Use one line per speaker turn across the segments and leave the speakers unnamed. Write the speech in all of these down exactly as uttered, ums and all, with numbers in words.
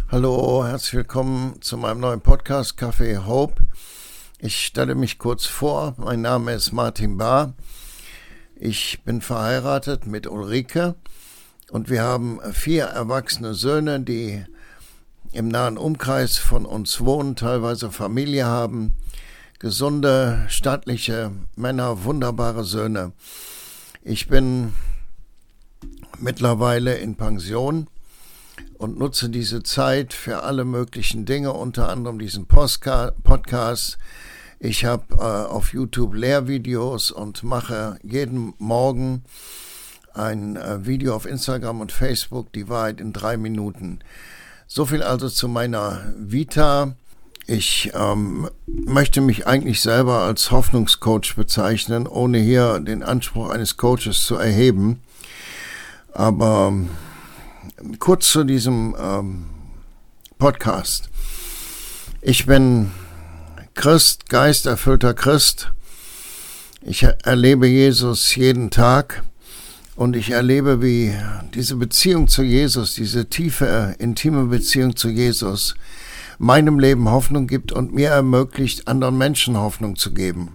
Hallo, herzlich willkommen zu meinem neuen Podcast Café Hope. Ich stelle mich kurz vor, mein Name ist Martin Bahr. Ich bin verheiratet mit Ulrike und wir haben vier erwachsene Söhne, die im nahen Umkreis von uns wohnen, teilweise Familie haben. Gesunde, stattliche Männer, wunderbare Söhne. Ich bin mittlerweile in Pension und nutze diese Zeit für alle möglichen Dinge, unter anderem diesen Postka- Podcast. Ich habe äh, auf YouTube Lehrvideos und mache jeden Morgen ein äh, Video auf Instagram und Facebook, die Wahrheit in drei Minuten. So viel also zu meiner Vita. Ich ähm, möchte mich eigentlich selber als Hoffnungscoach bezeichnen, ohne hier den Anspruch eines Coaches zu erheben. Aber kurz zu diesem ähm, Podcast. Ich bin Christ, geisterfüllter Christ. Ich erlebe Jesus jeden Tag und ich erlebe, wie diese Beziehung zu Jesus, diese tiefe, intime Beziehung zu Jesus, meinem Leben Hoffnung gibt und mir ermöglicht, anderen Menschen Hoffnung zu geben.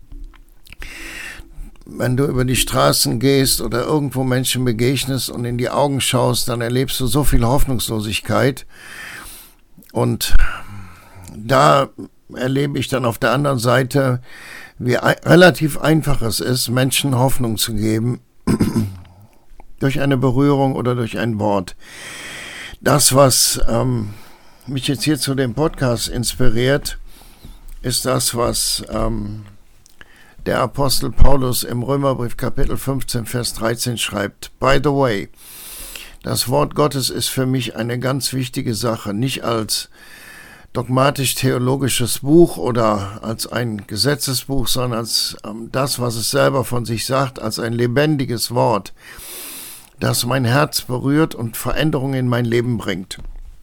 Wenn du über die Straßen gehst oder irgendwo Menschen begegnest und in die Augen schaust, dann erlebst du so viel Hoffnungslosigkeit. Und da erlebe ich dann auf der anderen Seite, wie relativ einfach es ist, Menschen Hoffnung zu geben, durch eine Berührung oder durch ein Wort. Das, was ähm, mich jetzt hier zu dem Podcast inspiriert, ist das, was ähm, der Apostel Paulus im Römerbrief Kapitel fünfzehn, Vers dreizehn schreibt. By the way, das Wort Gottes ist für mich eine ganz wichtige Sache, nicht als dogmatisch-theologisches Buch oder als ein Gesetzesbuch, sondern als ähm, das, was es selber von sich sagt, als ein lebendiges Wort, das mein Herz berührt und Veränderungen in mein Leben bringt.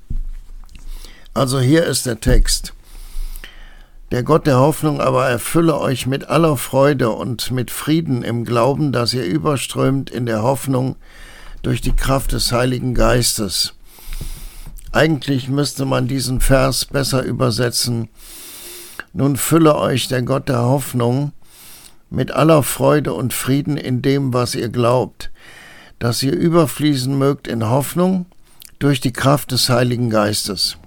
Also hier ist der Text. Der Gott der Hoffnung aber erfülle euch mit aller Freude und mit Frieden im Glauben, dass ihr überströmt in der Hoffnung durch die Kraft des Heiligen Geistes. Eigentlich müsste man diesen Vers besser übersetzen. Nun fülle euch der Gott der Hoffnung mit aller Freude und Frieden in dem, was ihr glaubt, dass ihr überfließen mögt in Hoffnung durch die Kraft des Heiligen Geistes.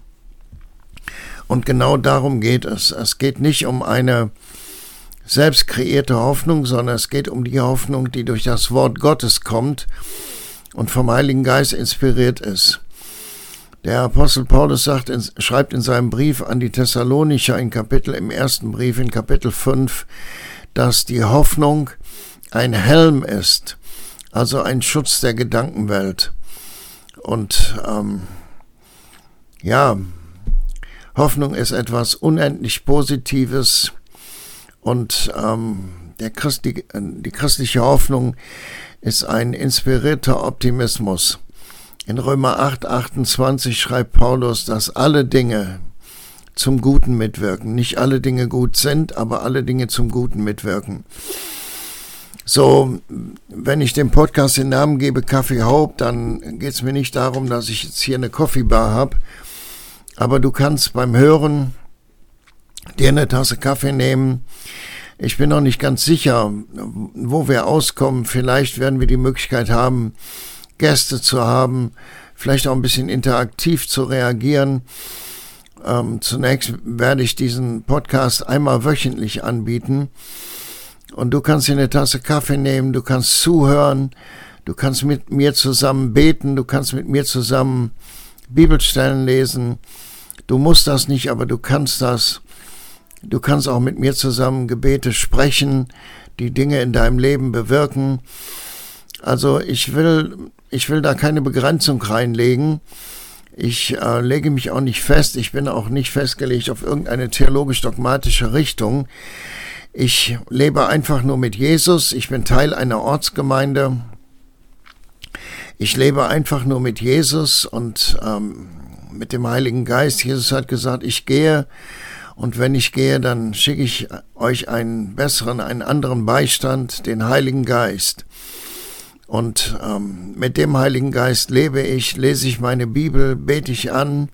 Und genau darum geht es. Es geht nicht um eine selbst kreierte Hoffnung, sondern es geht um die Hoffnung, die durch das Wort Gottes kommt und vom Heiligen Geist inspiriert ist. Der Apostel Paulus sagt, schreibt in seinem Brief an die Thessalonicher in Kapitel, im ersten Brief in Kapitel fünf, dass die Hoffnung ein Helm ist, also ein Schutz der Gedankenwelt. Und ähm, ja, Hoffnung ist etwas unendlich Positives und ähm, der Christ, die, die christliche Hoffnung ist ein inspirierter Optimismus. In Römer acht, achtundzwanzig schreibt Paulus, dass alle Dinge zum Guten mitwirken. Nicht alle Dinge gut sind, aber alle Dinge zum Guten mitwirken. So, wenn ich dem Podcast den Namen gebe, Café Hope, dann geht es mir nicht darum, dass ich jetzt hier eine Coffee Bar habe. Aber du kannst beim Hören dir eine Tasse Kaffee nehmen. Ich bin noch nicht ganz sicher, wo wir auskommen. Vielleicht werden wir die Möglichkeit haben, Gäste zu haben, vielleicht auch ein bisschen interaktiv zu reagieren. Ähm, zunächst werde ich diesen Podcast einmal wöchentlich anbieten. Und du kannst dir eine Tasse Kaffee nehmen, du kannst zuhören, du kannst mit mir zusammen beten, du kannst mit mir zusammen Bibelstellen lesen. Du musst das nicht, aber du kannst das. Du kannst auch mit mir zusammen Gebete sprechen, die Dinge in deinem Leben bewirken. Also ich will, ich will da keine Begrenzung reinlegen. Ich äh, lege mich auch nicht fest. Ich bin auch nicht festgelegt auf irgendeine theologisch-dogmatische Richtung. Ich lebe einfach nur mit Jesus. Ich bin Teil einer Ortsgemeinde. Ich lebe einfach nur mit Jesus und ähm, mit dem Heiligen Geist. Jesus hat gesagt, ich gehe und wenn ich gehe, dann schicke ich euch einen besseren, einen anderen Beistand, den Heiligen Geist. Und ähm, mit dem Heiligen Geist lebe ich, lese ich meine Bibel, bete ich an,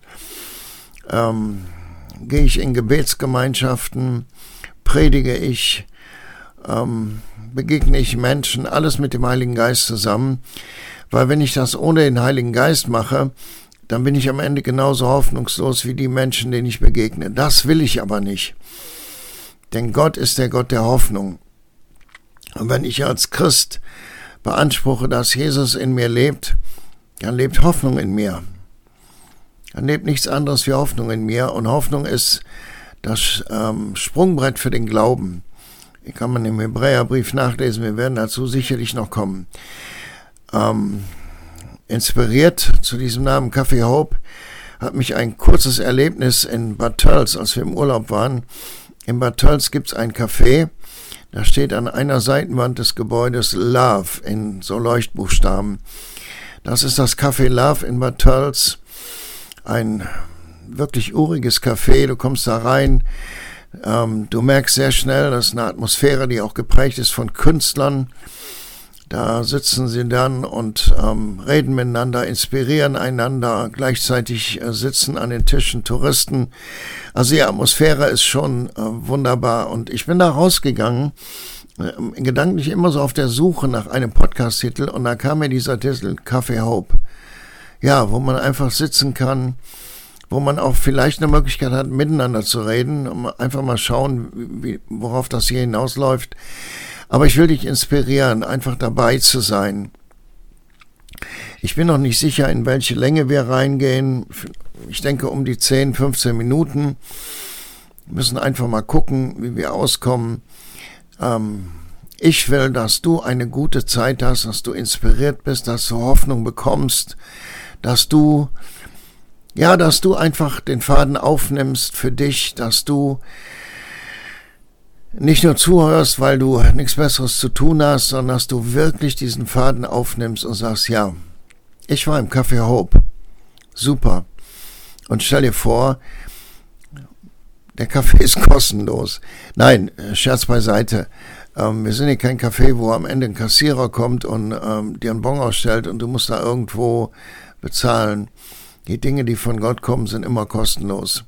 ähm, gehe ich in Gebetsgemeinschaften, predige ich, ähm, begegne ich Menschen, alles mit dem Heiligen Geist zusammen. Weil wenn ich das ohne den Heiligen Geist mache, dann bin ich am Ende genauso hoffnungslos wie die Menschen, denen ich begegne. Das will ich aber nicht. Denn Gott ist der Gott der Hoffnung. Und wenn ich als Christ beanspruche, dass Jesus in mir lebt, dann lebt Hoffnung in mir. Dann lebt nichts anderes wie Hoffnung in mir. Und Hoffnung ist das ähm, Sprungbrett für den Glauben. Hier kann man im Hebräerbrief nachlesen, wir werden dazu sicherlich noch kommen. Ähm, inspiriert zu diesem Namen Café Hope hat mich ein kurzes Erlebnis in Bad Tölz, als wir im Urlaub waren. In Bad Tölz gibt es ein Café, da steht an einer Seitenwand des Gebäudes Love in so Leuchtbuchstaben. Das ist das Café Love in Bad Tölz, ein wirklich uriges Café, du kommst da rein, ähm, du merkst sehr schnell, das ist eine Atmosphäre, die auch geprägt ist von Künstlern. Da sitzen sie dann und ähm, reden miteinander, inspirieren einander, gleichzeitig äh, sitzen an den Tischen Touristen. Also die Atmosphäre ist schon äh, wunderbar. Und ich bin da rausgegangen, äh, gedanklich immer so auf der Suche nach einem Podcast-Titel, und da kam mir dieser Titel Café Hope. Ja, wo man einfach sitzen kann, wo man auch vielleicht eine Möglichkeit hat, miteinander zu reden, um einfach mal schauen, wie, worauf das hier hinausläuft. Aber ich will dich inspirieren, einfach dabei zu sein. Ich bin noch nicht sicher, in welche Länge wir reingehen. Ich denke um die zehn, fünfzehn Minuten. Wir müssen einfach mal gucken, wie wir auskommen. Ähm, ich will, dass du eine gute Zeit hast, dass du inspiriert bist, dass du Hoffnung bekommst, dass du, ja, dass du einfach den Faden aufnimmst für dich, dass du nicht nur zuhörst, weil du nichts Besseres zu tun hast, sondern dass du wirklich diesen Faden aufnimmst und sagst, ja, ich war im Café Hope. Super. Und stell dir vor, der Kaffee ist kostenlos. Nein, Scherz beiseite. Ähm, wir sind hier kein Café, wo am Ende ein Kassierer kommt und ähm, dir einen Bon ausstellt und du musst da irgendwo bezahlen. Die Dinge, die von Gott kommen, sind immer kostenlos.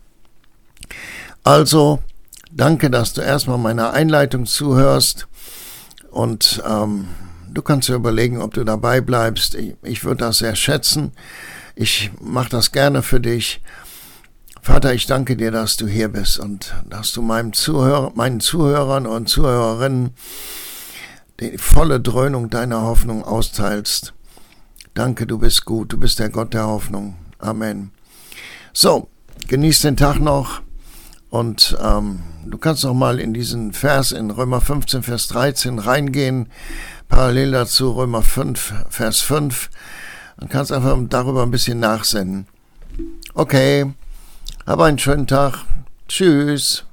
Also, danke, dass du erstmal meiner Einleitung zuhörst, und ähm, du kannst dir überlegen, ob du dabei bleibst. Ich, ich würde das sehr schätzen. Ich mache das gerne für dich. Vater, ich danke dir, dass du hier bist und dass du meinem Zuhörer, meinen Zuhörern und Zuhörerinnen die volle Dröhnung deiner Hoffnung austeilst. Danke, du bist gut, du bist der Gott der Hoffnung. Amen. So, genieß den Tag noch. Und ähm, du kannst noch mal in diesen Vers in Römer fünfzehn, Vers dreizehn reingehen, parallel dazu Römer fünf, Vers fünf. Und kannst einfach darüber ein bisschen nachsinnen. Okay, hab einen schönen Tag. Tschüss.